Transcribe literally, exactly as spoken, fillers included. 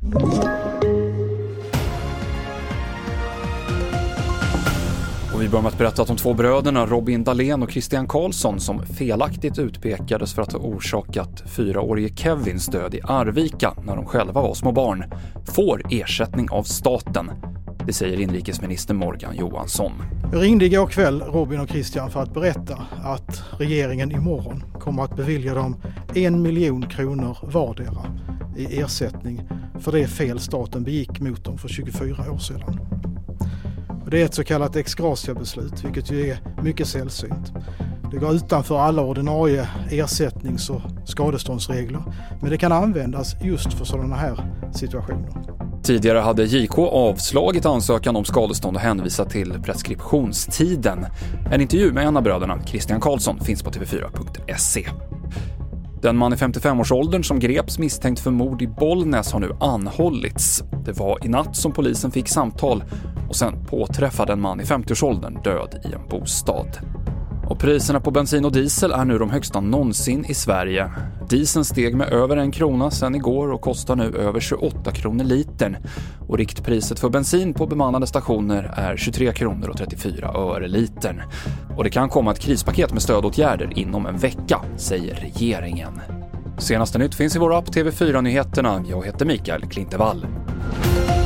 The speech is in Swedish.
Och vi börjar med att berätta att de två bröderna Robin Dahlén och Christian Karlsson, som felaktigt utpekades för att ha orsakat fyraårige Kevins död i Arvika när de själva var små barn, får ersättning av staten. Det säger inrikesminister Morgan Johansson. Jag ringde igår kväll Robin och Christian för att berätta att regeringen imorgon kommer att bevilja dem en miljon kronor vardera i ersättning för det fel staten begick mot dem för tjugofyra år sedan. Det är ett så kallat ex gratia-beslut, vilket ju är mycket sällsynt. Det går utanför alla ordinarie ersättnings- och skadeståndsregler, men det kan användas just för sådana här situationer. Tidigare hade J K avslagit ansökan om skadestånd och hänvisat till preskriptionstiden. En intervju med en av bröderna, Christian Karlsson, finns på t v fyra punkt se. Den man i femtiofem-årsåldern som greps misstänkt för mord i Bollnäs har nu anhållits. Det var i natt som polisen fick samtal och sen påträffade en man i femtio-årsåldern död i en bostad. Och priserna på bensin och diesel är nu de högsta någonsin i Sverige. Dieseln steg med över en krona sedan igår och kostar nu över tjugoåtta kronor litern. Och riktpriset för bensin på bemannade stationer är tjugotre kronor och trettiofyra öre litern. Och det kan komma ett krispaket med stödåtgärder inom en vecka, säger regeringen. Senaste nytt finns i vår app T V fyra Nyheterna. Jag heter Mikael Klintevall.